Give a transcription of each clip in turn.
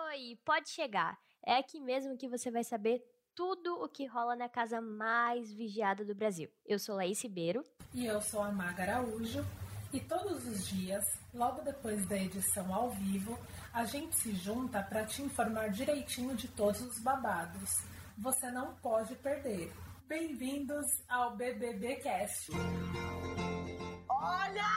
Oi, pode chegar. É aqui mesmo que você vai saber tudo o que rola na casa mais vigiada do Brasil. Eu sou Laís Ribeiro. E eu sou a Maga Araújo. E todos os dias, logo depois da edição ao vivo, a gente se junta para te informar direitinho de todos os babados. Você não pode perder. Bem-vindos ao BBBcast. Olha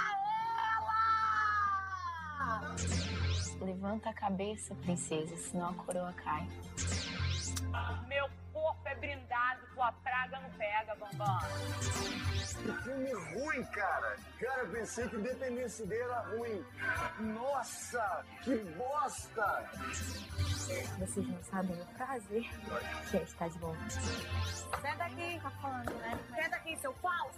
ela! Levanta a cabeça, princesa, senão a coroa cai. Meu corpo é brindado, tua praga não pega, bambam. Que filme ruim, cara. Cara, eu pensei que Independência Day era ruim. Nossa, que bosta! Vocês não sabem o prazer que é estar de volta. Senta aqui, tá falando, né? Senta aqui, seu falso.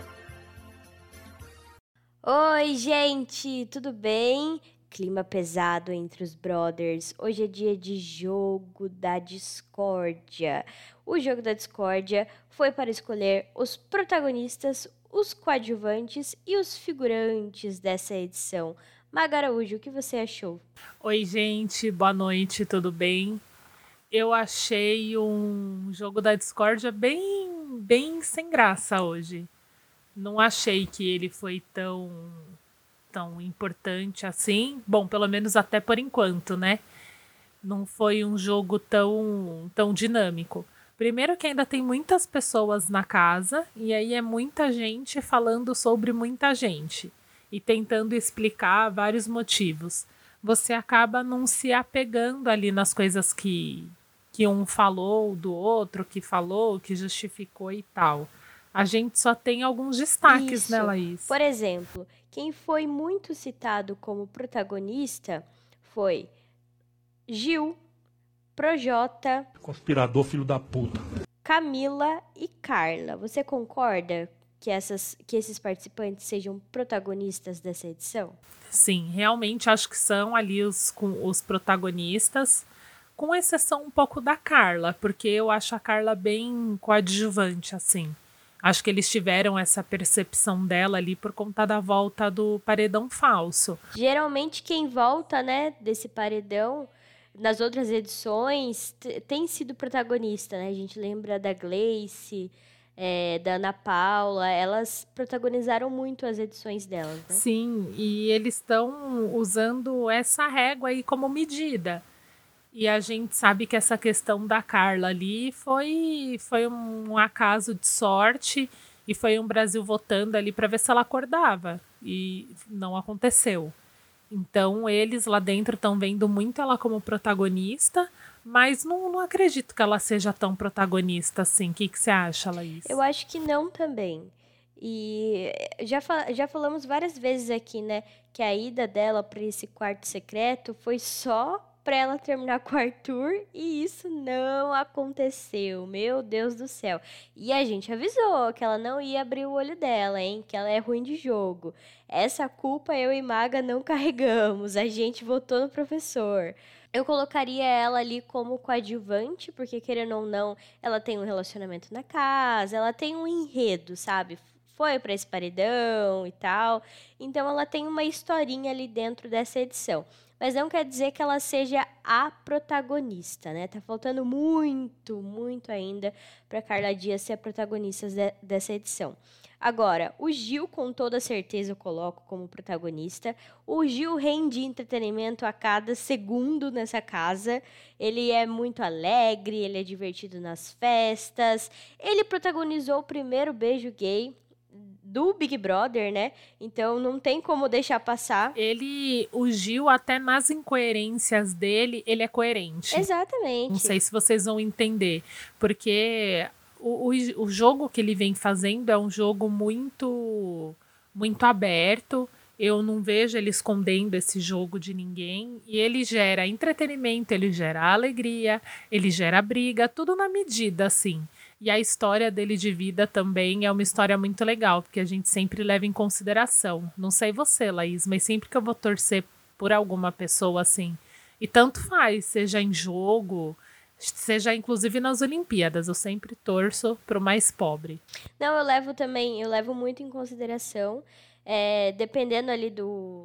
Oi, gente, tudo bem? Clima pesado entre os brothers. Hoje é dia de jogo da discórdia. O jogo da discórdia foi para escolher os protagonistas, os coadjuvantes e os figurantes dessa edição. Maga Araújo, o que você achou? Oi, gente, boa noite, tudo bem? Eu achei um jogo da discórdia bem sem graça hoje. Não achei que ele foi tão importante assim. Bom, pelo menos até por enquanto, né? Não foi um jogo tão dinâmico. Primeiro que ainda tem muitas pessoas na casa, e aí é muita gente falando sobre muita gente e tentando explicar vários motivos. Você acaba não se apegando ali nas coisas que um falou do outro, que falou, que justificou e tal. A gente só tem alguns destaques, né, Laís? Por exemplo, quem foi muito citado como protagonista foi Gil, Projota, conspirador filho da puta, Camila e Carla. Você concorda que esses participantes sejam protagonistas dessa edição? Sim, realmente acho que são ali os protagonistas, com exceção um pouco da Carla, porque eu acho a Carla bem coadjuvante, assim. Acho que eles tiveram essa percepção dela ali por conta da volta do paredão falso. Geralmente quem volta, né, desse paredão, nas outras edições, tem sido protagonista, né? A gente lembra da Gleice, da Ana Paula, elas protagonizaram muito as edições delas, né? Sim, e eles estão usando essa régua aí como medida. E a gente sabe que essa questão da Carla ali foi um acaso de sorte e foi um Brasil votando ali para ver se ela acordava. E não aconteceu. Então eles lá dentro estão vendo muito ela como protagonista, mas não acredito que ela seja tão protagonista assim. O que você acha, Laís? Eu acho que não também. E já falamos várias vezes aqui, né, que a ida dela para esse quarto secreto foi só para ela terminar com o Arthur, e isso não aconteceu, meu Deus do céu. E a gente avisou que ela não ia abrir o olho dela, hein, que ela é ruim de jogo. Essa culpa eu e Maga não carregamos, a gente votou no professor. Eu colocaria ela ali como coadjuvante, porque querendo ou não, ela tem um relacionamento na casa, ela tem um enredo, sabe? Foi para esse paredão e tal. Então ela tem uma historinha ali dentro dessa edição. Mas não quer dizer que ela seja a protagonista, né? Tá faltando muito ainda para Carla Dias ser a protagonista dessa edição. Agora, o Gil, com toda certeza, eu coloco como protagonista. O Gil rende entretenimento a cada segundo nessa casa. Ele é muito alegre, ele é divertido nas festas. Ele protagonizou o primeiro beijo gay do Big Brother, né? Então não tem como deixar passar. O Gil, até nas incoerências dele, ele é coerente. Exatamente. Não sei se vocês vão entender, porque o jogo que ele vem fazendo é um jogo muito aberto. Eu não vejo ele escondendo esse jogo de ninguém. E ele gera entretenimento, ele gera alegria, ele gera briga, tudo na medida, assim. E a história dele de vida também é uma história muito legal, porque a gente sempre leva em consideração. Não sei você, Laís, mas sempre que eu vou torcer por alguma pessoa assim, e tanto faz, seja em jogo, seja inclusive nas Olimpíadas, eu sempre torço pro mais pobre. Não, eu levo muito em consideração, dependendo ali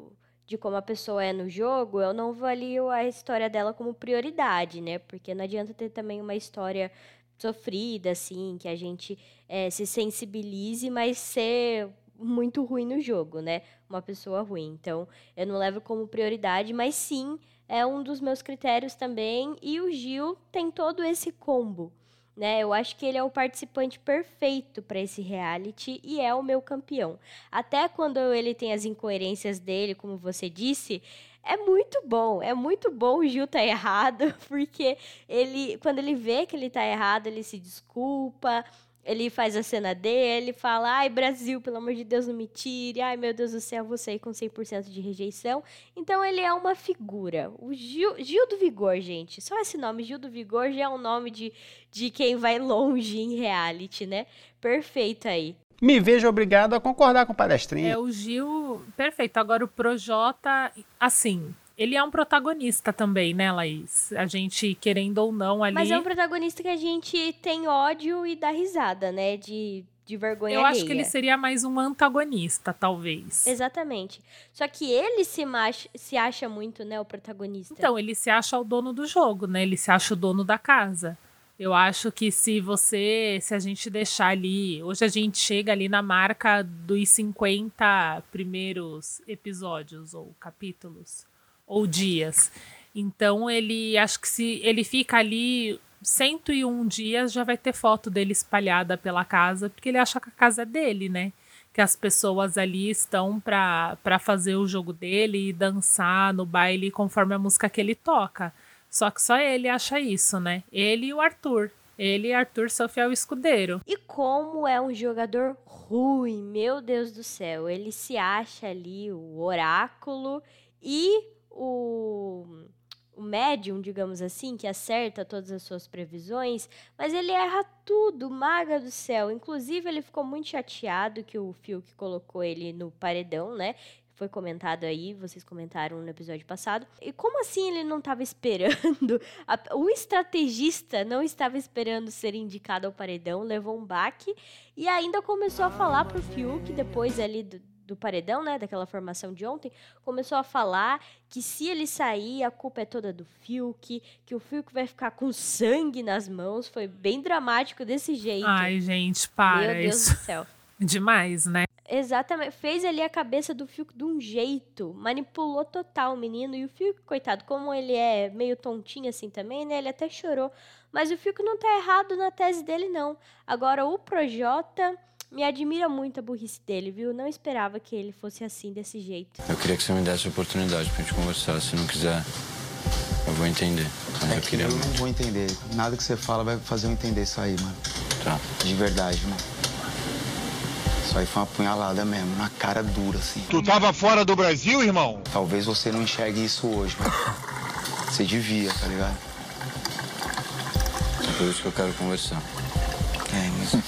de como a pessoa é no jogo, eu não avalio a história dela como prioridade, né? Porque não adianta ter também uma história sofrida, assim, que a gente se sensibilize, mas ser muito ruim no jogo, né? Uma pessoa ruim. Então, eu não levo como prioridade, mas sim, é um dos meus critérios também. E o Gil tem todo esse combo, né? Eu acho que ele é o participante perfeito para esse reality e é o meu campeão. Até quando ele tem as incoerências dele, como você disse, é muito bom o Gil tá errado, porque quando ele vê que ele tá errado, ele se desculpa, ele faz a cena dele, fala, ai, Brasil, pelo amor de Deus, não me tire, ai, meu Deus do céu, vou sair com 100% de rejeição. Então, ele é uma figura. O Gil do Vigor, gente, só esse nome, Gil do Vigor, já é um nome de quem vai longe em reality, né? Perfeito aí. Me vejo obrigado a concordar com o palestrinho. É, o Gil, perfeito. Agora o Projota, assim, ele é um protagonista também, né, Laís? A gente, querendo ou não, ali... Mas é um protagonista que a gente tem ódio e dá risada, né? De vergonha alheia. Eu acho que ele seria mais um antagonista, talvez. Exatamente. Só que ele se acha muito, né, o protagonista. Então, ele se acha o dono do jogo, né? Ele se acha o dono da casa. Eu acho que se a gente deixar ali... Hoje a gente chega ali na marca dos 50 primeiros episódios, ou capítulos, ou dias. Então, acho que se ele fica ali 101 dias, já vai ter foto dele espalhada pela casa, porque ele acha que a casa é dele, né? Que as pessoas ali estão para fazer o jogo dele e dançar no baile conforme a música que ele toca. Só que só ele acha isso, né? Ele e o Arthur. Ele e Arthur, seu fiel escudeiro. E como é um jogador ruim, meu Deus do céu. Ele se acha ali o oráculo e o médium, digamos assim, que acerta todas as suas previsões, mas ele erra tudo, maga do céu. Inclusive, ele ficou muito chateado que o Fiuk colocou ele no paredão, né? Foi comentado aí, vocês comentaram no episódio passado. E como assim ele não estava esperando? O estrategista não estava esperando ser indicado ao paredão, levou um baque e ainda começou a falar pro Fiuk, depois ali do paredão, né, daquela formação de ontem, começou a falar que se ele sair, a culpa é toda do Fiuk, que o Fiuk vai ficar com sangue nas mãos. Foi bem dramático desse jeito. Ai, gente, para. Meu Deus isso do céu. Demais, né? Exatamente, fez ali a cabeça do Fiuk de um jeito, manipulou total o menino, e o Fiuk, coitado, como ele é meio tontinho assim também, né, ele até chorou, mas o Fiuk não tá errado na tese dele, não. Agora, o Projota, me admira muito a burrice dele, viu, não esperava que ele fosse assim, desse jeito. Eu queria que você me desse a oportunidade pra gente conversar, se não quiser, eu vou entender. Mas eu não vou entender, nada que você fala vai fazer eu entender isso aí, mano. Tá. De verdade, mano. Isso aí foi uma punhalada mesmo, na cara dura, assim. Tu tava fora do Brasil, irmão? Talvez você não enxergue isso hoje, mas você devia, tá ligado? É por isso que eu quero conversar. É isso.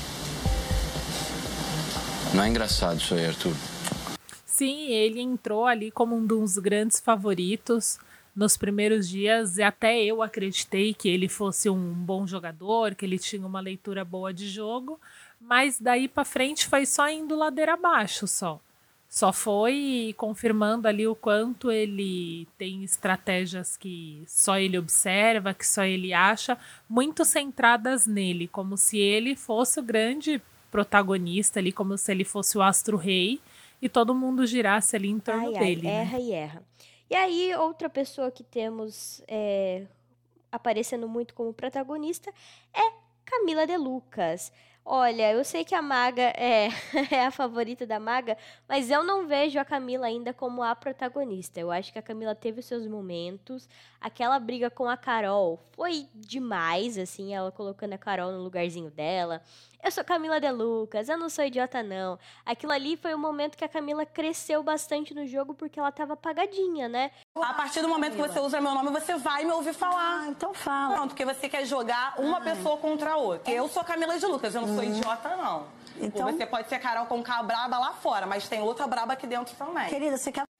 Não é engraçado isso aí, Arthur? Sim, ele entrou ali como um dos grandes favoritos nos primeiros dias, e até eu acreditei que ele fosse um bom jogador, que ele tinha uma leitura boa de jogo, mas daí pra frente foi só indo ladeira abaixo, só foi confirmando ali o quanto ele tem estratégias que só ele observa, que só ele acha, muito centradas nele, como se ele fosse o grande protagonista ali, como se ele fosse o astro-rei e todo mundo girasse ali em torno dele. Erra, né? E erra. E aí, outra pessoa que temos aparecendo muito como protagonista é Camila De Lucas. Olha, eu sei que a Maga é a favorita da Maga, mas eu não vejo a Camila ainda como a protagonista. Eu acho que a Camila teve os seus momentos. Aquela briga com a Carol foi demais, assim, ela colocando a Carol no lugarzinho dela. Eu sou Camila De Lucas, eu não sou idiota, não. Aquilo ali foi o momento que a Camila cresceu bastante no jogo porque ela tava apagadinha, né? A partir do momento que você usa meu nome, você vai me ouvir falar. Então fala. Pronto, porque você quer jogar uma pessoa contra a outra. Eu sou Camila de Lucas, eu não sou idiota, não. Então... Você pode ser Carol com K braba lá fora, mas tem outra braba aqui dentro também. Querida, você quer...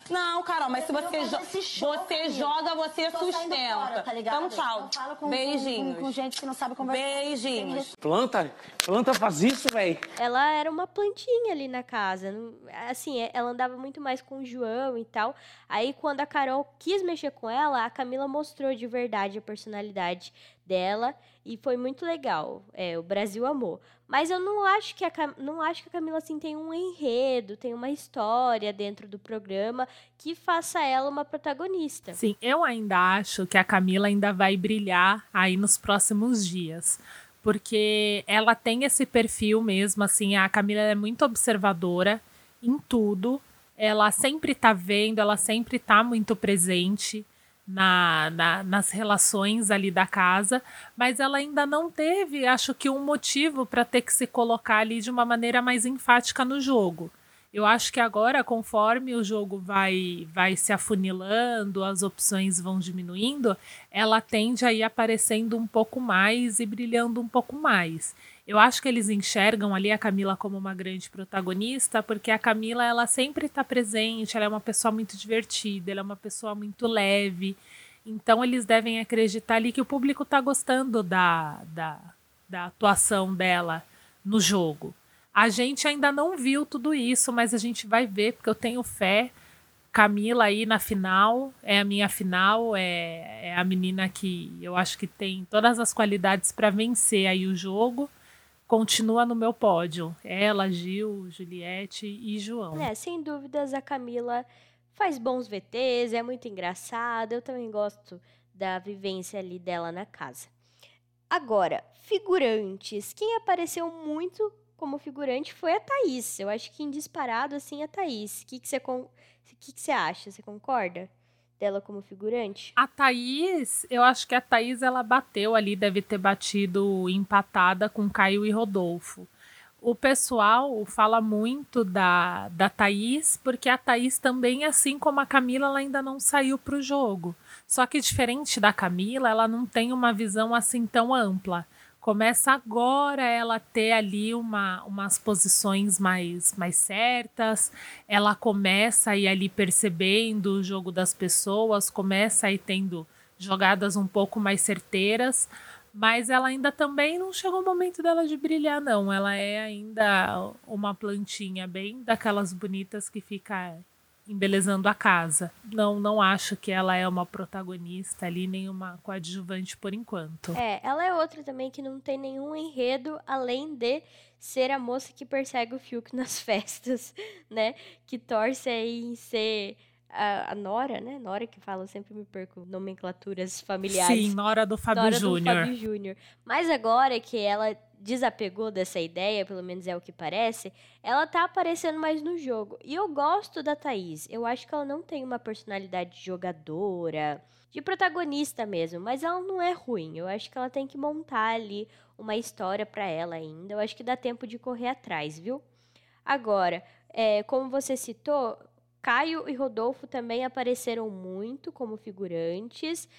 Não, Carol, mas se você, você joga, você Tô saindo sustenta. fora, tá ligado? Então, tchau. Não fala com, Beijinhos. com gente que não sabe conversar. Beijinhos. Planta faz isso, velho. Ela era uma plantinha ali na casa. Assim, ela andava muito mais com o João e tal. Aí, quando a Carol quis mexer com ela, a Camila mostrou de verdade a personalidade dela. E foi muito legal. O Brasil amou. Mas eu não acho que a Camila assim, tem um enredo, tem uma história dentro do programa que faça ela uma protagonista. Sim, eu ainda acho que a Camila ainda vai brilhar aí nos próximos dias. Porque ela tem esse perfil mesmo, assim, a Camila é muito observadora em tudo. Ela sempre tá vendo, ela sempre tá muito presente nas relações ali da casa, mas ela ainda não teve, acho que, um motivo para ter que se colocar ali de uma maneira mais enfática no jogo. Eu acho que agora, conforme o jogo vai se afunilando, as opções vão diminuindo, ela tende a ir aparecendo um pouco mais e brilhando um pouco mais. Eu acho que eles enxergam ali a Camila como uma grande protagonista, porque a Camila, ela sempre está presente, ela é uma pessoa muito divertida, ela é uma pessoa muito leve. Então, eles devem acreditar ali que o público está gostando da atuação dela no jogo. A gente ainda não viu tudo isso, mas a gente vai ver, porque eu tenho fé. Camila aí na final, é a minha final, é a menina que eu acho que tem todas as qualidades para vencer aí o jogo. Continua no meu pódio. Ela, Gil, Juliette e João. Sem dúvidas, a Camila faz bons VTs, é muito engraçada. Eu também gosto da vivência ali dela na casa. Agora, figurantes. Quem apareceu muito como figurante foi a Thaís. Eu acho que em disparado, assim, a Thaís. O que você acha? Você concorda dela como figurante? A Thaís, eu acho que a Thaís, ela bateu ali, deve ter batido empatada com Caio e Rodolfo. O pessoal fala muito da Thaís, porque a Thaís também, assim como a Camila, ela ainda não saiu para o jogo. Só que diferente da Camila, ela não tem uma visão assim tão ampla. Começa agora ela ter ali umas posições mais certas, ela começa a ir ali percebendo o jogo das pessoas, começa a ir tendo jogadas um pouco mais certeiras, mas ela ainda também não chegou o momento dela de brilhar, não. Ela é ainda uma plantinha bem daquelas bonitas que fica embelezando a casa. Não acho que ela é uma protagonista ali, nem uma coadjuvante por enquanto. Ela é outra também que não tem nenhum enredo, além de ser a moça que persegue o Fiuk nas festas, né? Que torce aí em ser a Nora, né? Nora que fala, eu sempre me perco nomenclaturas familiares. Sim, Nora do Fábio Júnior. Mas agora que ela desapegou dessa ideia, pelo menos é o que parece, ela tá aparecendo mais no jogo. E eu gosto da Thaís. Eu acho que ela não tem uma personalidade de jogadora, de protagonista mesmo, mas ela não é ruim. Eu acho que ela tem que montar ali uma história pra ela ainda. Eu acho que dá tempo de correr atrás, viu? Agora, como você citou, Caio e Rodolfo também apareceram muito como figurantes.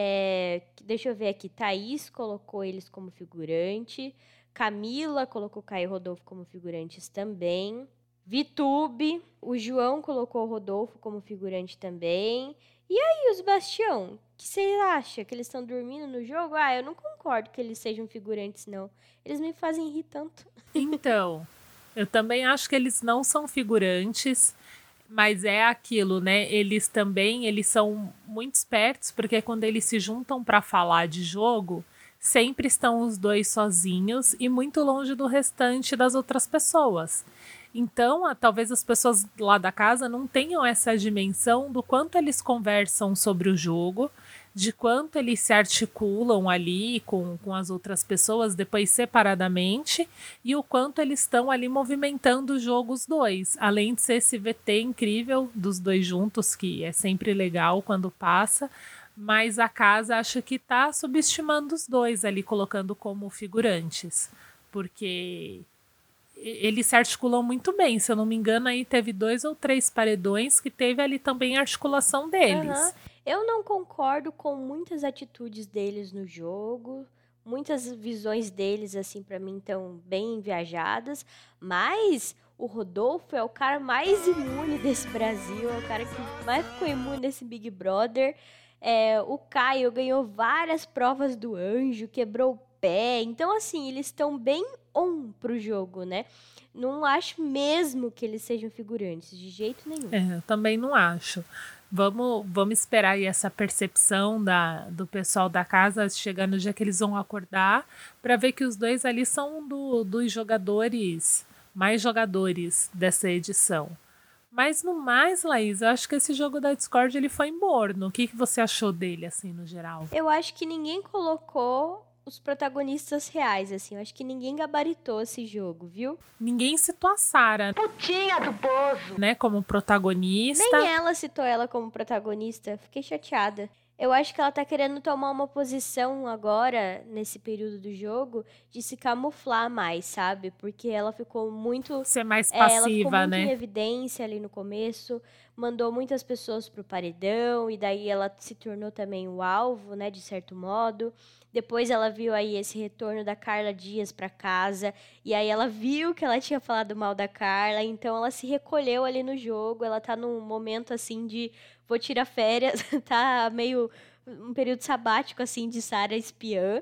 Deixa eu ver aqui. Thaís colocou eles como figurante. Camila colocou Caio e Rodolfo como figurantes também. Vitube. O João colocou o Rodolfo como figurante também. E aí, os Bastião? O que você acha? Que eles estão dormindo no jogo? Eu não concordo que eles sejam figurantes, não. Eles me fazem rir tanto. Então, eu também acho que eles não são figurantes. Mas é aquilo, né? Eles são muito espertos, porque quando eles se juntam para falar de jogo, sempre estão os dois sozinhos e muito longe do restante das outras pessoas. Então, talvez as pessoas lá da casa não tenham essa dimensão do quanto eles conversam sobre o jogo, de quanto eles se articulam ali com as outras pessoas, depois separadamente, e o quanto eles estão ali movimentando o jogo os dois. Além de ser esse VT incrível dos dois juntos, que é sempre legal quando passa, mas a casa acho que está subestimando os dois ali, colocando como figurantes, porque eles se articulam muito bem. Se eu não me engano, aí teve 2 ou 3 paredões que teve ali também a articulação deles. Uhum. Eu não concordo com muitas atitudes deles no jogo. Muitas visões deles, assim, pra mim, estão bem viajadas. Mas O Rodolfo é o cara mais imune desse Brasil, é o cara que mais ficou imune nesse Big Brother. O Caio ganhou várias provas do anjo, quebrou o pé. Então, assim, eles estão bem on pro jogo, né? Não acho mesmo que eles sejam figurantes, de jeito nenhum. Eu também não acho. Vamos esperar aí essa percepção do pessoal da casa chegar no dia que eles vão acordar, para ver que os dois ali são dos jogadores, mais jogadores dessa edição. Mas no mais, Laís, eu acho que esse jogo da Discord ele foi morno. O que você achou dele, assim, no geral? Eu acho que ninguém colocou os protagonistas reais, assim. Eu acho que ninguém gabaritou esse jogo, viu? Ninguém citou a Sarah, Putinha do poço. né, como protagonista. Nem ela citou ela como protagonista. Fiquei chateada. Eu acho que ela tá querendo tomar uma posição agora, nesse período do jogo, de se camuflar mais, sabe? Porque ela ficou muito... Ser mais ela ficou passiva, muito né? em evidência ali no começo, mandou muitas pessoas pro paredão, e daí ela se tornou também o alvo, né, de certo modo. Depois ela viu aí esse retorno da Carla Dias pra casa, e aí ela viu que ela tinha falado mal da Carla, então ela se recolheu ali no jogo, ela tá num momento, assim, de vou tirar férias, tá meio um período sabático, assim, de Sarah espiã.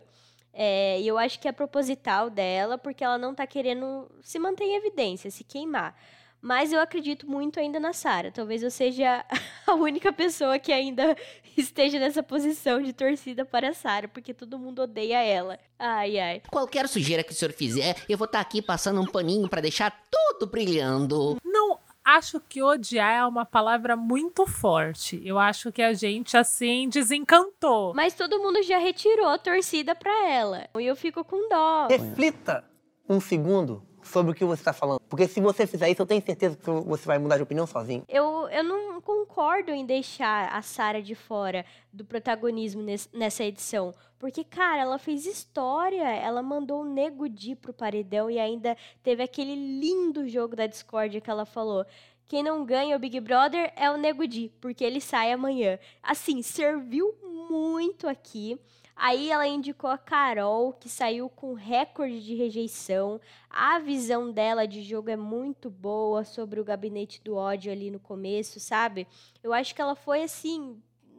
E eu acho que é proposital dela, porque ela não tá querendo se manter em evidência, se queimar. Mas eu acredito muito ainda na Sarah. Talvez eu seja a única pessoa que ainda esteja nessa posição de torcida para a Sarah, porque todo mundo odeia ela. Ai, ai. Qualquer sujeira que o senhor fizer, eu vou estar aqui passando um paninho pra deixar tudo brilhando. Não, acho que odiar é uma palavra muito forte. Eu acho que a gente, assim, desencantou. Mas todo mundo já retirou a torcida pra ela. E eu fico com dó. Reflita um segundo sobre o que você está falando. Porque se você fizer isso, eu tenho certeza que você vai mudar de opinião sozinho. Eu não concordo em deixar a Sarah de fora do protagonismo nessa edição. Porque, cara, ela fez história. Ela mandou o Nego Di pro paredão e ainda teve aquele lindo jogo da Discord que ela falou. Quem não ganha o Big Brother é o Nego Di, porque ele sai amanhã. Assim, serviu muito aqui. Aí ela indicou a Carol, que saiu com recorde de rejeição. A visão dela de jogo é muito boa sobre o gabinete do ódio ali no começo, sabe? Eu acho que ela foi, assim,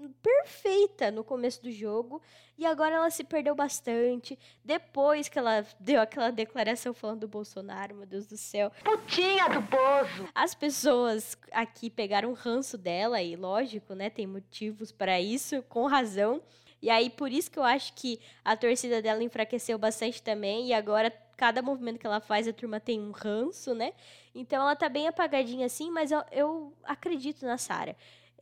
perfeita no começo do jogo. E agora ela se perdeu bastante. Depois que ela deu aquela declaração falando do Bolsonaro, meu Deus do céu. Putinha do poço. As pessoas aqui pegaram o ranço dela e, lógico, né? Tem motivos para isso, com razão. E aí, por isso que eu acho que a torcida dela enfraqueceu bastante também. E agora, cada movimento que ela faz, a turma tem um ranço, né? Então, ela tá bem apagadinha assim, mas eu acredito na Sarah.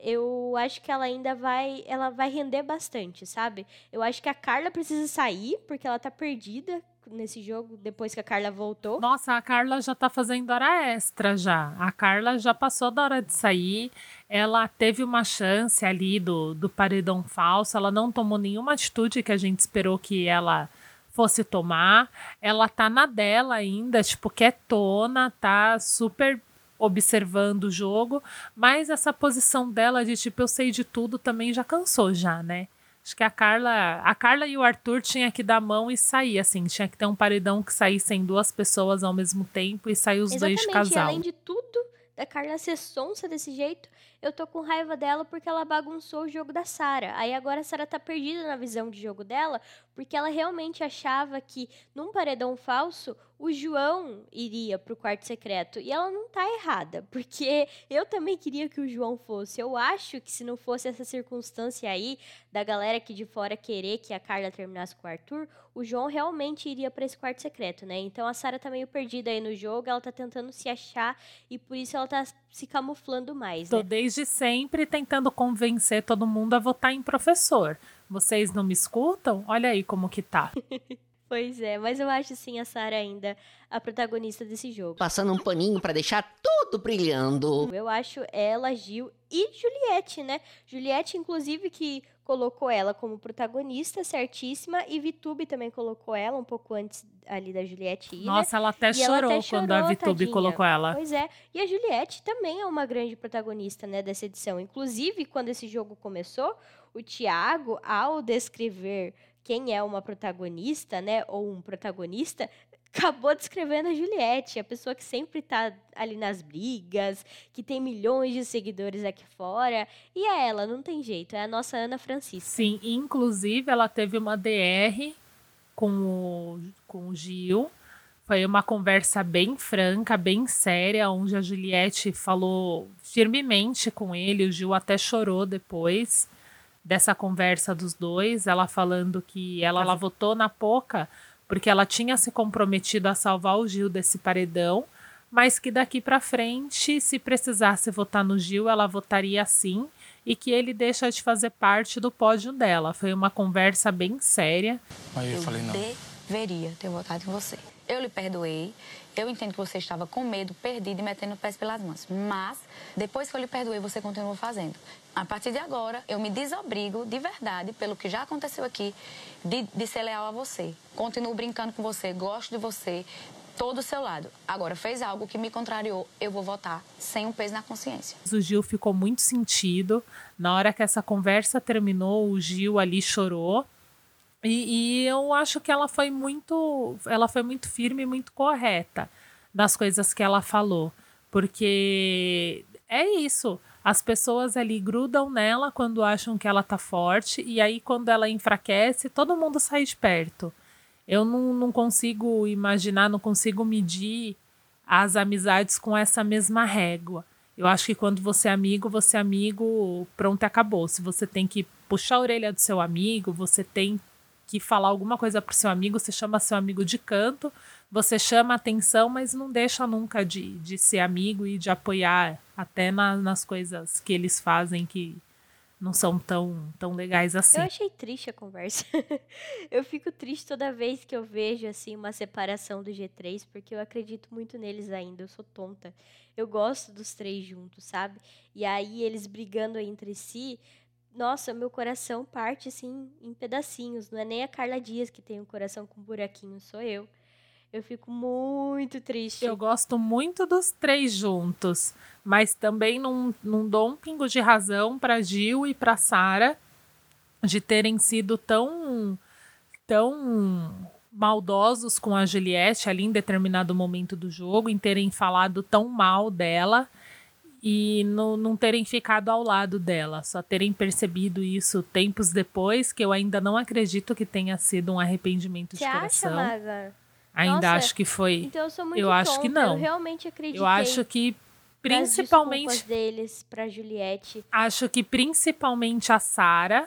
Eu acho que ela ainda vai render bastante, sabe? Eu acho que a Carla precisa sair, porque ela tá perdida nesse jogo, depois que a Carla voltou. Nossa, a Carla já tá fazendo hora extra já. A Carla já passou da hora de sair. Ela teve uma chance ali do paredão falso. Ela não tomou nenhuma atitude que a gente esperou que ela fosse tomar. Ela tá na dela ainda, tipo, quietona, tá super observando o jogo. Mas essa posição dela de, tipo, eu sei de tudo também já cansou já, né? Acho que a Carla e o Arthur tinha que dar a mão e sair, assim. Tinha que ter um paredão que saíssem duas pessoas ao mesmo tempo e sair os dois de casal. Exatamente, além de tudo, da Carla ser sonsa desse jeito, eu tô com raiva dela porque ela bagunçou o jogo da Sarah. Aí agora a Sarah tá perdida na visão de jogo dela, porque ela realmente achava que num paredão falso o João iria pro quarto secreto. E ela não tá errada, porque eu também queria que o João fosse. Eu acho que se não fosse essa circunstância aí, da galera aqui de fora querer que a Carla terminasse com o Arthur, o João realmente iria pra esse quarto secreto, né? Então a Sarah tá meio perdida aí no jogo, ela tá tentando se achar e por isso ela tá se camuflando mais, Tô né? desde sempre tentando convencer todo mundo a votar em professor. Vocês não me escutam? Olha aí como que tá. Pois é, mas eu acho sim a Sarah ainda a protagonista desse jogo. Passando um paninho pra deixar tudo brilhando. Eu acho ela, Gil e Juliette, né? Juliette, inclusive, que colocou ela como protagonista, certíssima, e Vitube também colocou ela um pouco antes ali da Juliette ir, Nossa, né? ela até chorou quando a Vitube tadinha. colocou ela. Pois é, e a Juliette também é uma grande protagonista, né, dessa edição. Inclusive, quando esse jogo começou, o Thiago, ao descrever quem é uma protagonista, né, ou um protagonista, acabou descrevendo a Juliette, a pessoa que sempre tá ali nas brigas, que tem milhões de seguidores aqui fora, e é ela, não tem jeito, é a nossa Ana Francisca. Sim, inclusive ela teve uma DR com o Gil. Foi uma conversa bem franca, bem séria, onde a Juliette falou firmemente com ele. O Gil até chorou depois dessa conversa dos dois. Ela falando que ela votou na Poca porque ela tinha se comprometido a salvar o Gil desse paredão, mas que daqui para frente, se precisasse votar no Gil, ela votaria sim, e que ele deixa de fazer parte do pódio dela. Foi uma conversa bem séria. Aí eu falei não. Deveria ter votado em você. Eu lhe perdoei, eu entendo que você estava com medo, perdido e metendo os pés pelas mãos. Mas, depois que eu lhe perdoei, você continuou fazendo. A partir de agora, eu me desobrigo, de verdade, pelo que já aconteceu aqui, de ser leal a você. Continuo brincando com você, gosto de você, todo do seu lado. Agora, fez algo que me contrariou, eu vou votar sem um peso na consciência. O Gil ficou muito sentido. Na hora que essa conversa terminou, o Gil ali chorou. E eu acho que ela foi muito firme e muito correta nas coisas que ela falou. Porque é isso. As pessoas ali grudam nela quando acham que ela tá forte. E aí, quando ela enfraquece, todo mundo sai de perto. Eu não consigo imaginar, não consigo medir as amizades com essa mesma régua. Eu acho que quando você é amigo, pronto, acabou. Se você tem que puxar a orelha do seu amigo, você tem que falar alguma coisa pro seu amigo, você chama seu amigo de canto, você chama atenção, mas não deixa nunca de ser amigo e de apoiar até nas coisas que eles fazem que não são tão legais assim. Eu achei triste a conversa. Eu fico triste toda vez que eu vejo assim uma separação do G3, porque eu acredito muito neles ainda, eu sou tonta. Eu gosto dos três juntos, sabe? E aí eles brigando entre si, nossa, meu coração parte assim em pedacinhos. Não é nem a Carla Dias que tem um coração com buraquinho, sou eu. Eu fico muito triste. Eu gosto muito dos três juntos, mas também não dou um pingo de razão para Gil e para Sara de terem sido tão maldosos com a Juliette ali em determinado momento do jogo, em terem falado tão mal dela e não terem ficado ao lado dela, só terem percebido isso tempos depois, que eu ainda não acredito que tenha sido um arrependimento de coração. Você acha, Maga? Ainda acho que foi. Então eu sou muito tonta. Acho que não. Eu realmente acreditei. Eu acho que principalmente nas desculpas deles pra Juliette. Acho que principalmente a Sara,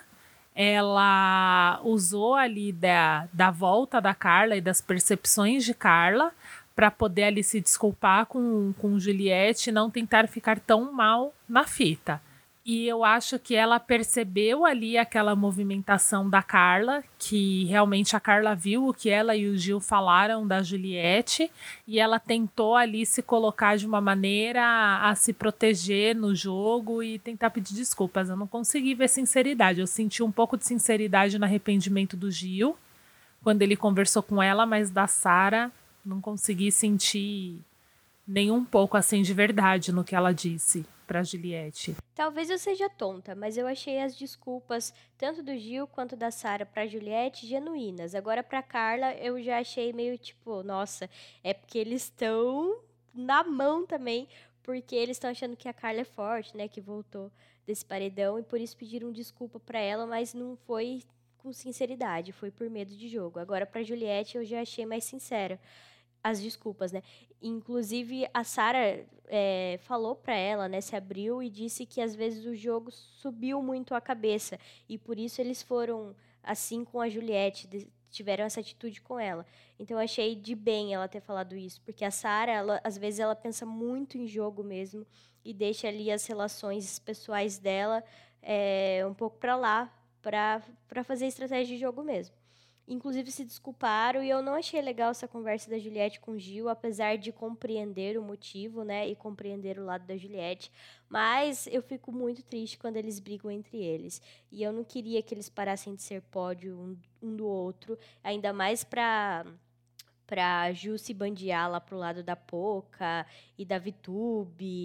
ela usou ali da volta da Carla e das percepções de Carla para poder ali se desculpar com Juliette e não tentar ficar tão mal na fita. E eu acho que ela percebeu ali aquela movimentação da Carla, que realmente a Carla viu o que ela e o Gil falaram da Juliette, e ela tentou ali se colocar de uma maneira a se proteger no jogo e tentar pedir desculpas. Eu não consegui ver sinceridade. Eu senti um pouco de sinceridade no arrependimento do Gil, quando ele conversou com ela, mas da Sara não consegui sentir nem um pouco assim de verdade no que ela disse pra Juliette. Talvez eu seja tonta, mas eu achei as desculpas, tanto do Gil quanto da Sara pra Juliette, genuínas. Agora pra Carla, eu já achei meio tipo, nossa, é porque eles estão na mão também, porque eles estão achando que a Carla é forte, né, que voltou desse paredão, e por isso pediram desculpa pra ela, mas não foi com sinceridade, foi por medo de jogo. Agora pra Juliette, eu já achei mais sincera as desculpas, né? Inclusive, a Sara falou pra ela, né, se abriu e disse que às vezes o jogo subiu muito a cabeça e por isso eles foram assim com a Juliette, tiveram essa atitude com ela. Então, eu achei de bem ela ter falado isso, porque a Sara, às vezes, ela pensa muito em jogo mesmo e deixa ali as relações pessoais dela um pouco pra lá, pra fazer estratégia de jogo mesmo. Inclusive se desculparam e eu não achei legal essa conversa da Juliette com o Gil, apesar de compreender o motivo, né, e compreender o lado da Juliette, mas eu fico muito triste quando eles brigam entre eles, e eu não queria que eles parassem de ser pódio um do outro, ainda mais pra Ju se bandear lá pro lado da Poca e da Vitube,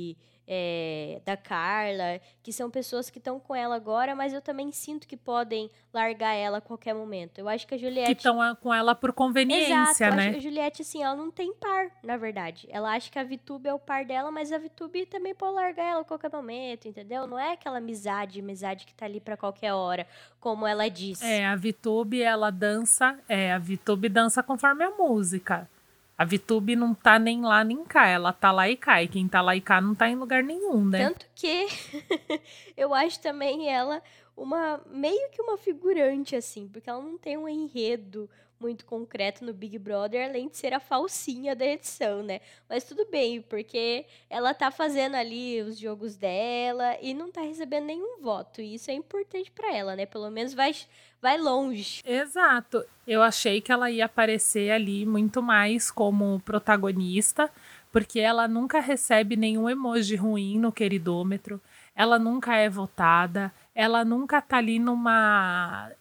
da Carla, que são pessoas que estão com ela agora, mas eu também sinto que podem largar ela a qualquer momento. Eu acho que a Juliette... Que estão com ela por conveniência, Exato, né? eu acho que a Juliette, assim, ela não tem par, na verdade. Ela acha que a VTube é o par dela, mas a VTube também pode largar ela a qualquer momento, entendeu? Não é aquela amizade que tá ali pra qualquer hora, como ela diz. A VTube, ela dança... a VTube dança conforme a música. A VTube não tá nem lá nem cá, ela tá lá e cá. E quem tá lá e cá não tá em lugar nenhum, né? Tanto que eu acho também ela meio que uma figurante, assim, porque ela não tem um enredo muito concreto no Big Brother, além de ser a falsinha da edição, né? Mas tudo bem, porque ela tá fazendo ali os jogos dela e não tá recebendo nenhum voto. E isso é importante pra ela, né? Pelo menos vai longe. Exato. Eu achei que ela ia aparecer ali muito mais como protagonista, porque ela nunca recebe nenhum emoji ruim no queridômetro, ela nunca é votada, ela nunca tá ali numa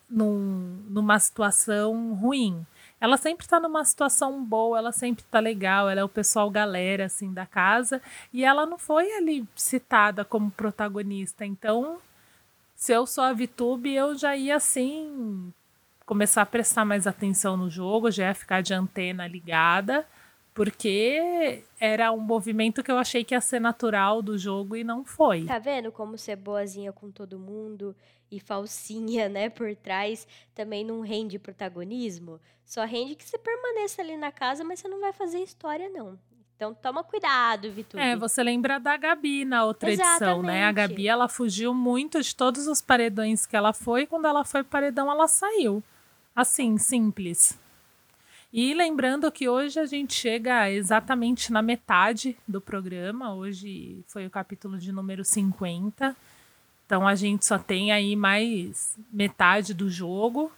situação ruim. Ela sempre tá numa situação boa, ela sempre tá legal, ela é o pessoal galera, assim, da casa, e ela não foi ali citada como protagonista. Então, se eu sou a VTube, eu já ia, assim, começar a prestar mais atenção no jogo, já ia ficar de antena ligada, porque era um movimento que eu achei que ia ser natural do jogo e não foi. Tá vendo como ser boazinha com todo mundo e falsinha, né, por trás, também não rende protagonismo? Só rende que você permaneça ali na casa, mas você não vai fazer história, não. Então toma cuidado, VTube. Você lembra da Gabi na outra edição, né? A Gabi, ela fugiu muito de todos os paredões que ela foi, e quando ela foi pro paredão, ela saiu. Assim, simples. E lembrando que hoje a gente chega exatamente na metade do programa. Hoje foi o capítulo de número 50. Então a gente só tem aí mais metade do jogo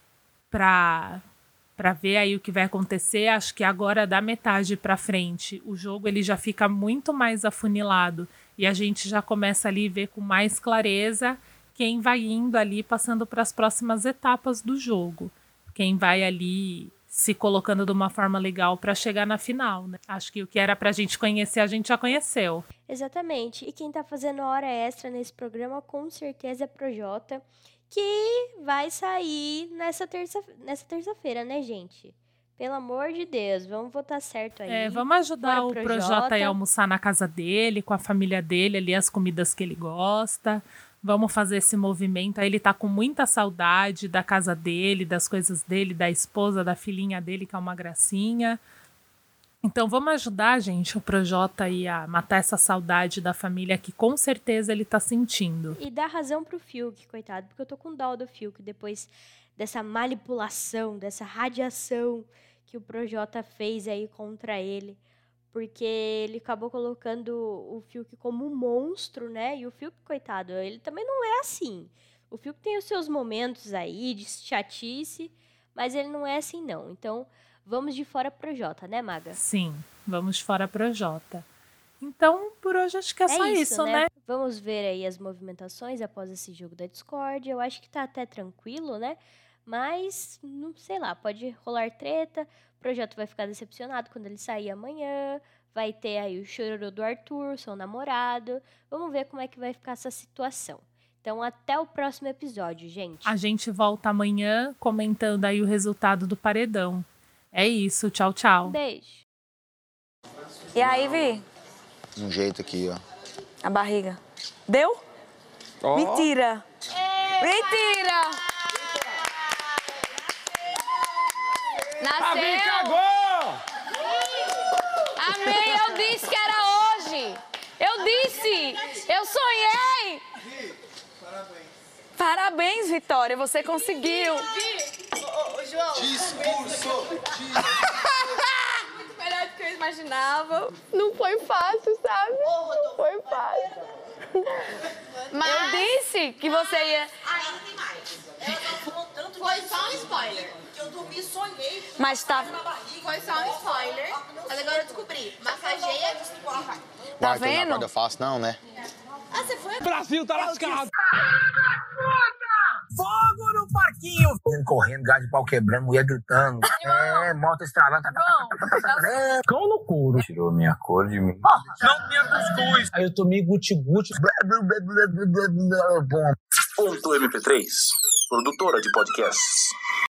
para ver aí o que vai acontecer. Acho que agora da metade para frente o jogo ele já fica muito mais afunilado e a gente já começa ali a ver com mais clareza quem vai indo ali passando para as próximas etapas do jogo. Quem vai ali se colocando de uma forma legal para chegar na final, né? Acho que o que era pra gente conhecer, a gente já conheceu. Exatamente. E quem tá fazendo hora extra nesse programa, com certeza é Projota, que vai sair nessa terça-feira, né, gente? Pelo amor de Deus, vamos votar certo aí. Vamos ajudar o Projota a almoçar na casa dele, com a família dele, ali as comidas que ele gosta. Vamos fazer esse movimento. Aí ele tá com muita saudade da casa dele, das coisas dele, da esposa, da filhinha dele, que é uma gracinha. Então vamos ajudar, gente, o Projota aí a matar essa saudade da família que com certeza ele tá sentindo. E dá razão pro Fiuk, coitado, porque eu tô com dó do Fiuk depois dessa manipulação, dessa radiação que o Projota fez aí contra ele. Porque ele acabou colocando o Fiuk como um monstro, né? E o Fiuk, coitado, ele também não é assim. O Fiuk tem os seus momentos aí de chatice, mas ele não é assim, não. Então, vamos de fora Projota, né, Maga? Sim, vamos de fora Projota. Então, por hoje acho que é só isso, né? Vamos ver aí as movimentações após esse jogo da Discord. Eu acho que tá até tranquilo, né? Mas, não sei lá, pode rolar treta. O Projota vai ficar decepcionado quando ele sair amanhã. Vai ter aí o chororô do Arthur, seu namorado. Vamos ver como é que vai ficar essa situação. Então, até o próximo episódio, gente. A gente volta amanhã comentando aí o resultado do paredão. É isso, tchau, tchau. Beijo. E aí, Vi? Um jeito aqui, ó. A barriga. Deu? Oh. Mentira! Mentira! Nasceu! A Vi cagou! Amei, eu disse que era hoje! Eu disse! Eu sonhei! Parabéns, Vitória, você conseguiu! Ô, João! Discurso! Melhor do que eu imaginava. Não foi fácil, sabe? Não foi fácil. Mas... Eu disse que você ia... Ainda tem mais. Ela tá contando foi só um spoiler. Que eu dormi e sonhei. Mas tá... Foi só um spoiler. Mas agora eu descobri. Massageia e vai. Tá vendo? Não acorda fácil não, né? Ah, você foi? Brasil tá lascado. Fogo no parquinho! Marquinhos. Correndo, gás de pau quebrando, mulher gritando. Moto estralando. Cão no couro. Tirou minha cor de mim. Não tinha cuscuz. Aí eu tomei guti-guti. .mp3, produtora de podcasts.